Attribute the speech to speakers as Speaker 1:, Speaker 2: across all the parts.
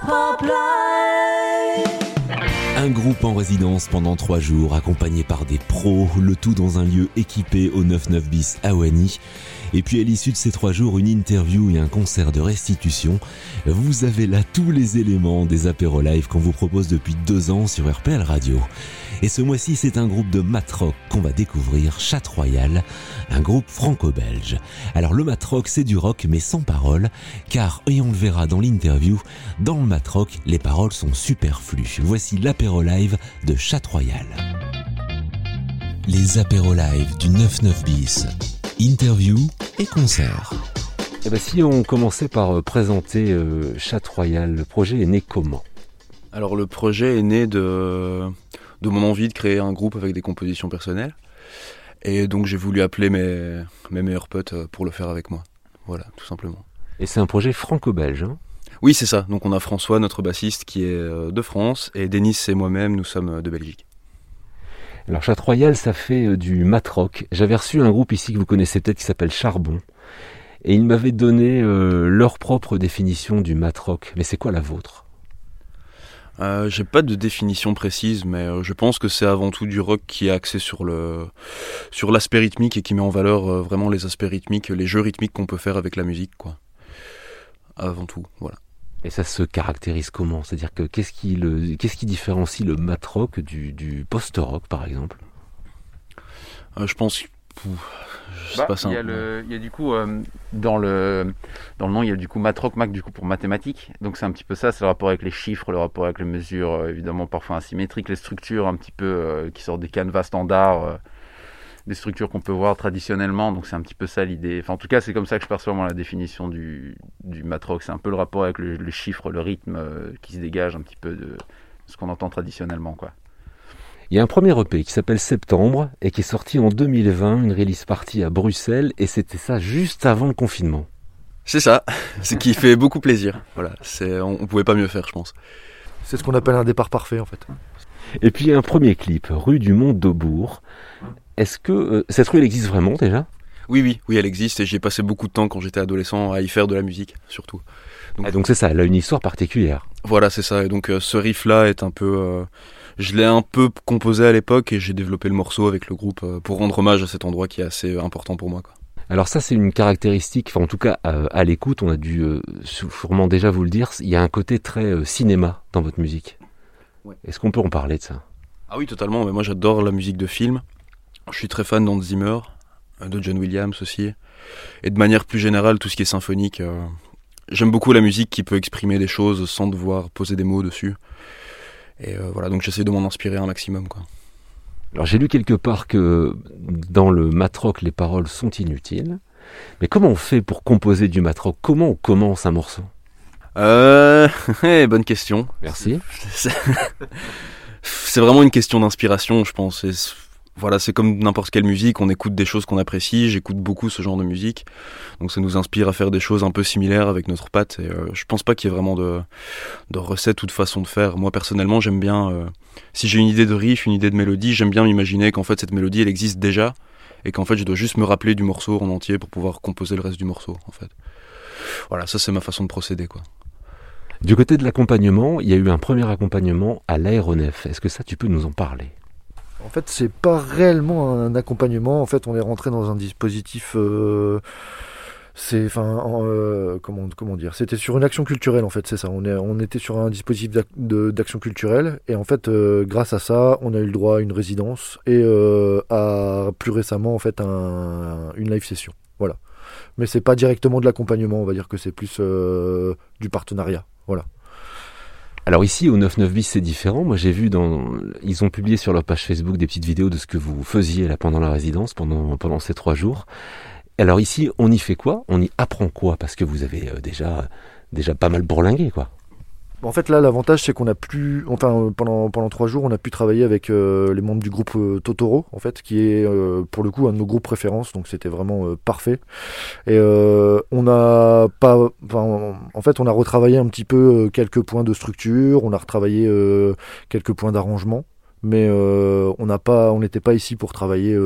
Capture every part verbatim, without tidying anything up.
Speaker 1: Pop Life.
Speaker 2: Un groupe en résidence pendant trois jours, accompagné par des pros, le tout dans un lieu équipé au quatre-vingt-dix-neuf bis à Wany. Et puis à l'issue de ces trois jours, une interview et un concert de restitution. Vous avez là tous les éléments des apéros live qu'on vous propose depuis deux ans sur R P L Radio. Et ce mois-ci, c'est un groupe de mat-rock qu'on va découvrir, Chat-Royal, un groupe franco-belge. Alors le mat-rock, c'est du rock mais sans paroles, car, et on le verra dans l'interview, dans le mat-rock, les paroles sont superflues. Voici l'apéro live de Chat-Royal. Les apéros live du quatre-vingt-dix-neuf bis. Interview et concert. Et ben si on commençait par présenter euh, Chat-Royal, le projet est né comment ?
Speaker 3: Alors le projet est né de, de mon envie de créer un groupe avec des compositions personnelles. Et donc j'ai voulu appeler mes, mes meilleurs potes pour le faire avec moi. Voilà, tout simplement.
Speaker 2: Et c'est un projet franco-belge, hein ?
Speaker 3: Oui, c'est ça. Donc on a François, notre bassiste, qui est de France, et Denis et moi-même, nous sommes de Belgique.
Speaker 2: Alors Chat-Royal, ça fait du mat-rock. J'avais reçu un groupe ici que vous connaissez peut-être qui s'appelle Charbon. Et ils m'avaient donné euh, leur propre définition du mat-rock. Mais c'est quoi la vôtre ?
Speaker 3: euh, J'ai pas de définition précise, mais euh, je pense que c'est avant tout du rock qui est axé sur, le, sur l'aspect rythmique et qui met en valeur euh, vraiment les aspects rythmiques, les jeux rythmiques qu'on peut faire avec la musique, quoi. Avant tout, voilà.
Speaker 2: Et ça se caractérise comment ? C'est-à-dire que qu'est-ce qui, le, qu'est-ce qui différencie le mat-rock du, du post-rock, par exemple ?
Speaker 3: euh, Je pense... Je sais
Speaker 4: bah,
Speaker 3: pas ça.
Speaker 4: Il y a, le, il y a du coup, euh, dans, le, dans le nom, il y a du coup mat-rock, mac du coup pour mathématiques. Donc c'est un petit peu ça, c'est le rapport avec les chiffres, le rapport avec les mesures, euh, évidemment parfois asymétriques, les structures un petit peu euh, qui sortent des canevas standards, euh, des structures qu'on peut voir traditionnellement. Donc c'est un petit peu ça l'idée. Enfin, en tout cas, c'est comme ça que je perçois moi la définition du, du mat-rock. C'est un peu le rapport avec le, le chiffre, le rythme euh, qui se dégage un petit peu de ce qu'on entend traditionnellement, quoi.
Speaker 2: Il y a un premier E P qui s'appelle Septembre et qui est sorti en deux mille vingt, une release party à Bruxelles, et c'était ça juste avant le confinement.
Speaker 3: C'est ça, c'est qui fait beaucoup plaisir. Voilà, c'est, on, on pouvait pas mieux faire, je pense.
Speaker 5: C'est ce qu'on appelle un départ parfait, en fait.
Speaker 2: Et puis il y a un premier clip, rue du Mont d'Aubourg. Est-ce que euh, cette rue elle existe vraiment déjà ?
Speaker 3: Oui, oui, oui, elle existe et j'y ai passé beaucoup de temps quand j'étais adolescent à y faire de la musique, surtout.
Speaker 2: Donc, ah, donc c'est ça, elle a une histoire particulière.
Speaker 3: Voilà, c'est ça. Et donc euh, ce riff-là est un peu... Euh, je l'ai un peu composé à l'époque et j'ai développé le morceau avec le groupe euh, pour rendre hommage à cet endroit qui est assez important pour moi, quoi.
Speaker 2: Alors ça, c'est une caractéristique, enfin en tout cas euh, à l'écoute, on a dû euh, sûrement déjà vous le dire, il y a un côté très euh, cinéma dans votre musique. Ouais. Est-ce qu'on peut en parler de ça ?
Speaker 3: Ah oui, totalement. Mais moi j'adore la musique de film. Je suis très fan d'Hans Zimmer, de John Williams aussi. Et de manière plus générale, tout ce qui est symphonique... Euh, J'aime beaucoup la musique qui peut exprimer des choses sans devoir poser des mots dessus. Et euh, voilà, donc j'essaie de m'en inspirer un maximum, quoi.
Speaker 2: Alors j'ai lu quelque part que dans le mat-rock, les paroles sont inutiles. Mais comment on fait pour composer du mat-rock ? Comment on commence un morceau ?
Speaker 3: Euh... bonne question.
Speaker 2: Merci.
Speaker 3: C'est... C'est vraiment une question d'inspiration, je pense. Et voilà, c'est comme n'importe quelle musique, on écoute des choses qu'on apprécie, j'écoute beaucoup ce genre de musique, donc ça nous inspire à faire des choses un peu similaires avec notre patte, et euh, je pense pas qu'il y ait vraiment de, de recette ou de façon de faire. Moi personnellement j'aime bien, euh, si j'ai une idée de riff, une idée de mélodie, j'aime bien m'imaginer qu'en fait cette mélodie elle existe déjà, et qu'en fait je dois juste me rappeler du morceau en entier pour pouvoir composer le reste du morceau, en fait. Voilà, ça c'est ma façon de procéder, quoi.
Speaker 2: Du côté de l'accompagnement, il y a eu un premier accompagnement à l'aéronef, est-ce que ça tu peux nous en parler ?
Speaker 5: En fait, c'est pas réellement un accompagnement. En fait, on est rentré dans un dispositif. Euh, c'est, enfin, euh, comment, comment dire C'était sur une action culturelle. En fait, c'est ça. On est, on était sur un dispositif d'ac- de, d'action culturelle, et en fait, euh, grâce à ça, on a eu le droit à une résidence et euh, à plus récemment, en fait, un, une live session. Voilà. Mais c'est pas directement de l'accompagnement. On va dire que c'est plus euh, du partenariat. Voilà.
Speaker 2: Alors ici, au quatre-vingt-dix-neuf bis, c'est différent. Moi, j'ai vu dans... Ils ont publié sur leur page Facebook des petites vidéos de ce que vous faisiez là pendant la résidence, pendant, pendant ces trois jours. Alors ici, on y fait quoi ? On y apprend quoi ? Parce que vous avez euh, déjà, déjà pas mal bourlingué, quoi.
Speaker 5: En fait, là, l'avantage, c'est qu'on a pu, enfin, pendant pendant trois jours, on a pu travailler avec euh, les membres du groupe euh, Totoro, en fait, qui est euh, pour le coup un de nos groupes préférences, donc c'était vraiment euh, parfait. Et euh, on a pas, enfin, en fait, on a retravaillé un petit peu euh, quelques points de structure, on a retravaillé euh, quelques points d'arrangement, mais euh, on n'a pas, on n'était pas ici pour travailler euh,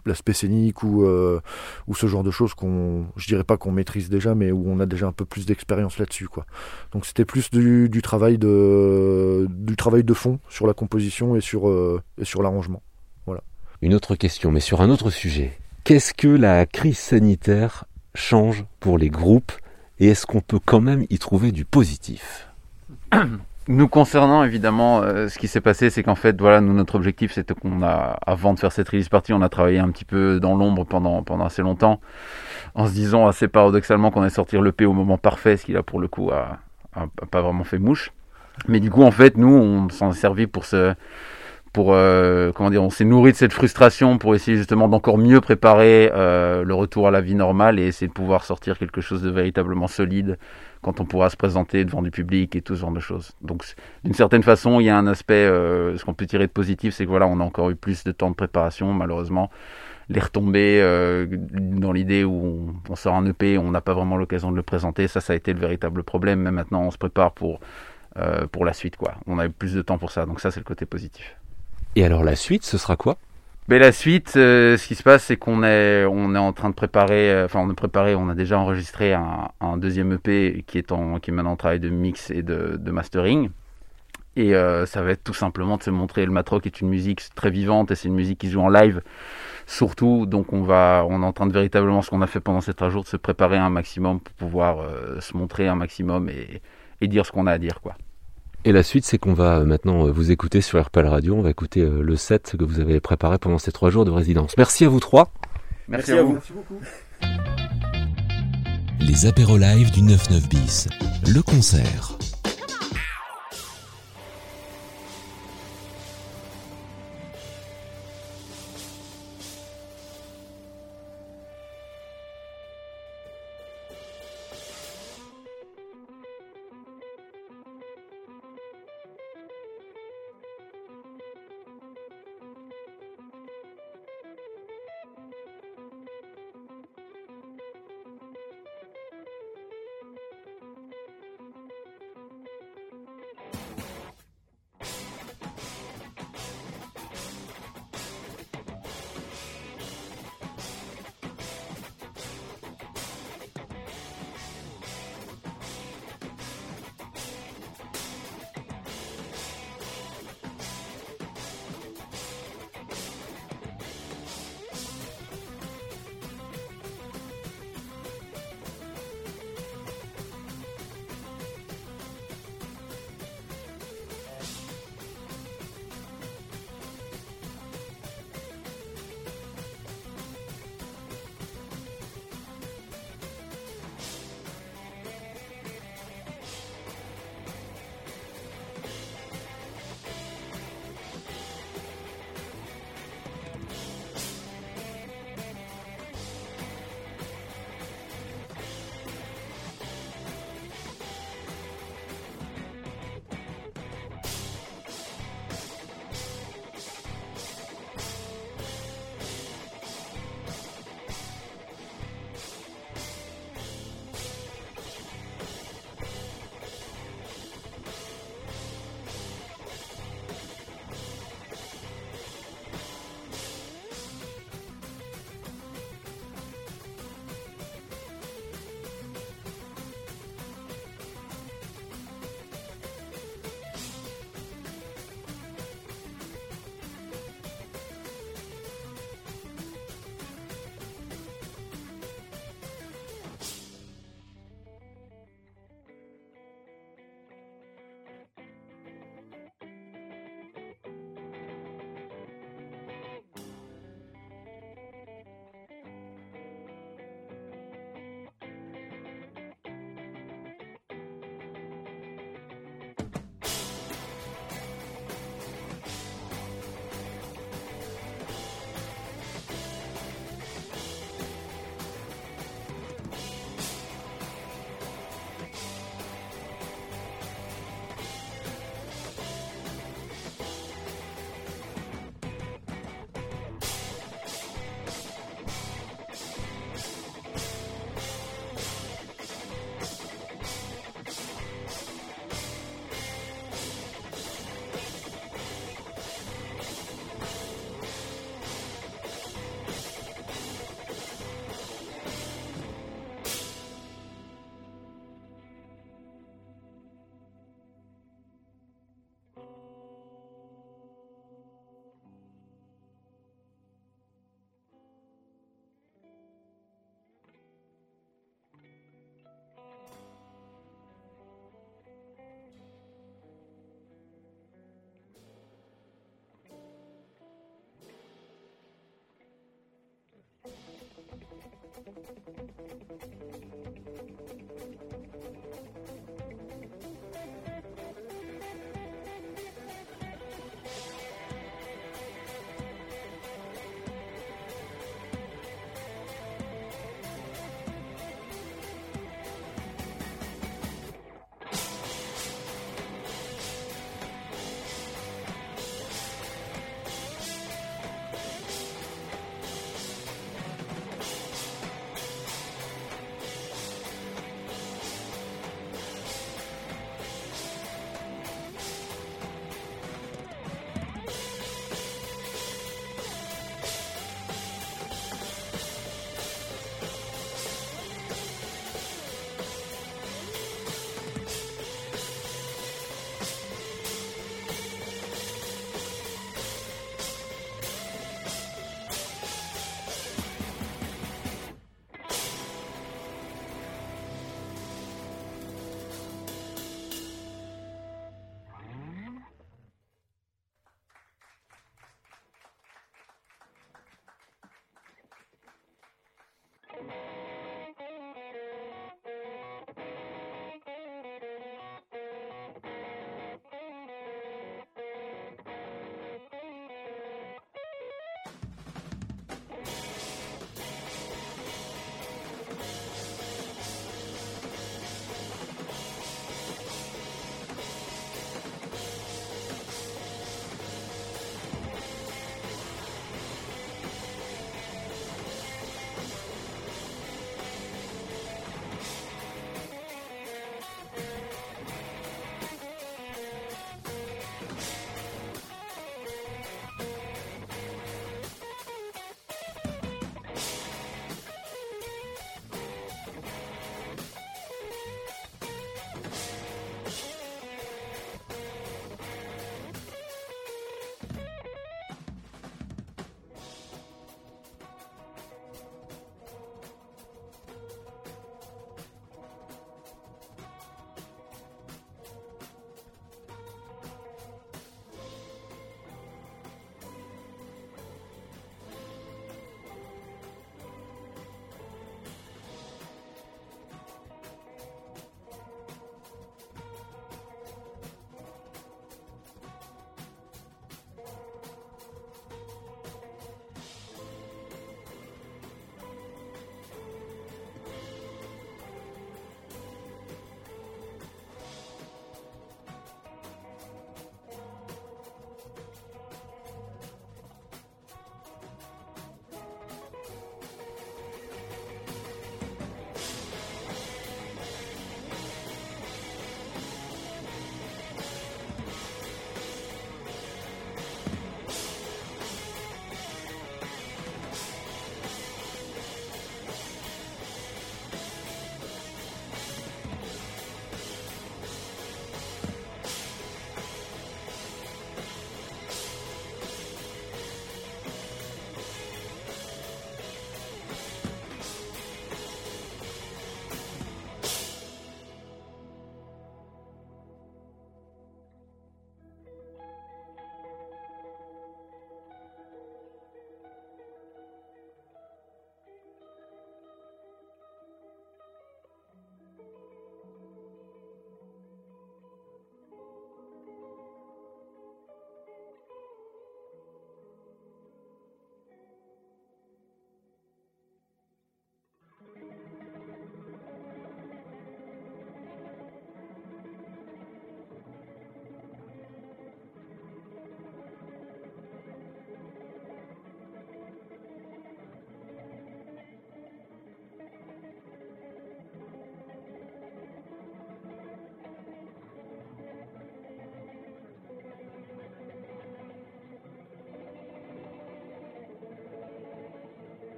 Speaker 5: l'aspect scénique ou, euh, ou ce genre de choses qu'on, je dirais pas qu'on maîtrise déjà, mais où on a déjà un peu plus d'expérience là-dessus, quoi. Donc c'était plus du, du travail de du travail de fond sur la composition et sur euh, et sur l'arrangement. Voilà.
Speaker 2: Une autre question, mais sur un autre sujet. Qu'est-ce que la crise sanitaire change pour les groupes et est-ce qu'on peut quand même y trouver du positif ?
Speaker 4: Nous concernant, évidemment, euh, ce qui s'est passé, c'est qu'en fait, voilà, nous, notre objectif, c'était qu'on a, avant de faire cette release party, on a travaillé un petit peu dans l'ombre pendant, pendant assez longtemps, en se disant assez paradoxalement qu'on allait sortir l'E P au moment parfait, ce qui là, pour le coup, a, a, a pas vraiment fait mouche. Mais du coup, en fait, nous, on s'en est servi pour se... pour euh, comment dire, on s'est nourri de cette frustration pour essayer justement d'encore mieux préparer euh, le retour à la vie normale et essayer de pouvoir sortir quelque chose de véritablement solide quand on pourra se présenter devant du public et tout ce genre de choses. Donc d'une certaine façon, il y a un aspect, euh, ce qu'on peut tirer de positif, c'est que voilà, on a encore eu plus de temps de préparation. Malheureusement, les retombées euh, dans l'idée où on, on sort un E P, on n'a pas vraiment l'occasion de le présenter, ça, ça a été le véritable problème. Mais maintenant, on se prépare pour euh, pour la suite, quoi. On a eu plus de temps pour ça, donc ça, c'est le côté positif.
Speaker 2: Et alors la suite, ce sera quoi ?
Speaker 4: Mais la suite, euh, ce qui se passe, c'est qu'on est, on est en train de préparer, euh, enfin on a préparé, on a déjà enregistré un, un deuxième E P qui est, en, qui est maintenant en travail de mix et de, de mastering. Et euh, ça va être tout simplement de se montrer, le matrock est une musique très vivante et c'est une musique qui se joue en live surtout. Donc on, va, on est en train de véritablement, ce qu'on a fait pendant ces trois jours, de se préparer un maximum pour pouvoir euh, se montrer un maximum et, et dire ce qu'on a à dire, quoi.
Speaker 2: Et la suite, c'est qu'on va maintenant vous écouter sur R P L Radio. On va écouter le set que vous avez préparé pendant ces trois jours de résidence. Merci à vous trois.
Speaker 4: Merci, Merci à vous.
Speaker 5: Merci beaucoup.
Speaker 2: Les apéros live du neuf neuf bis. Le concert.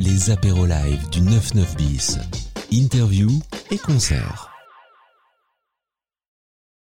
Speaker 2: les apéros live du neuf neuf bis. Interview et concert.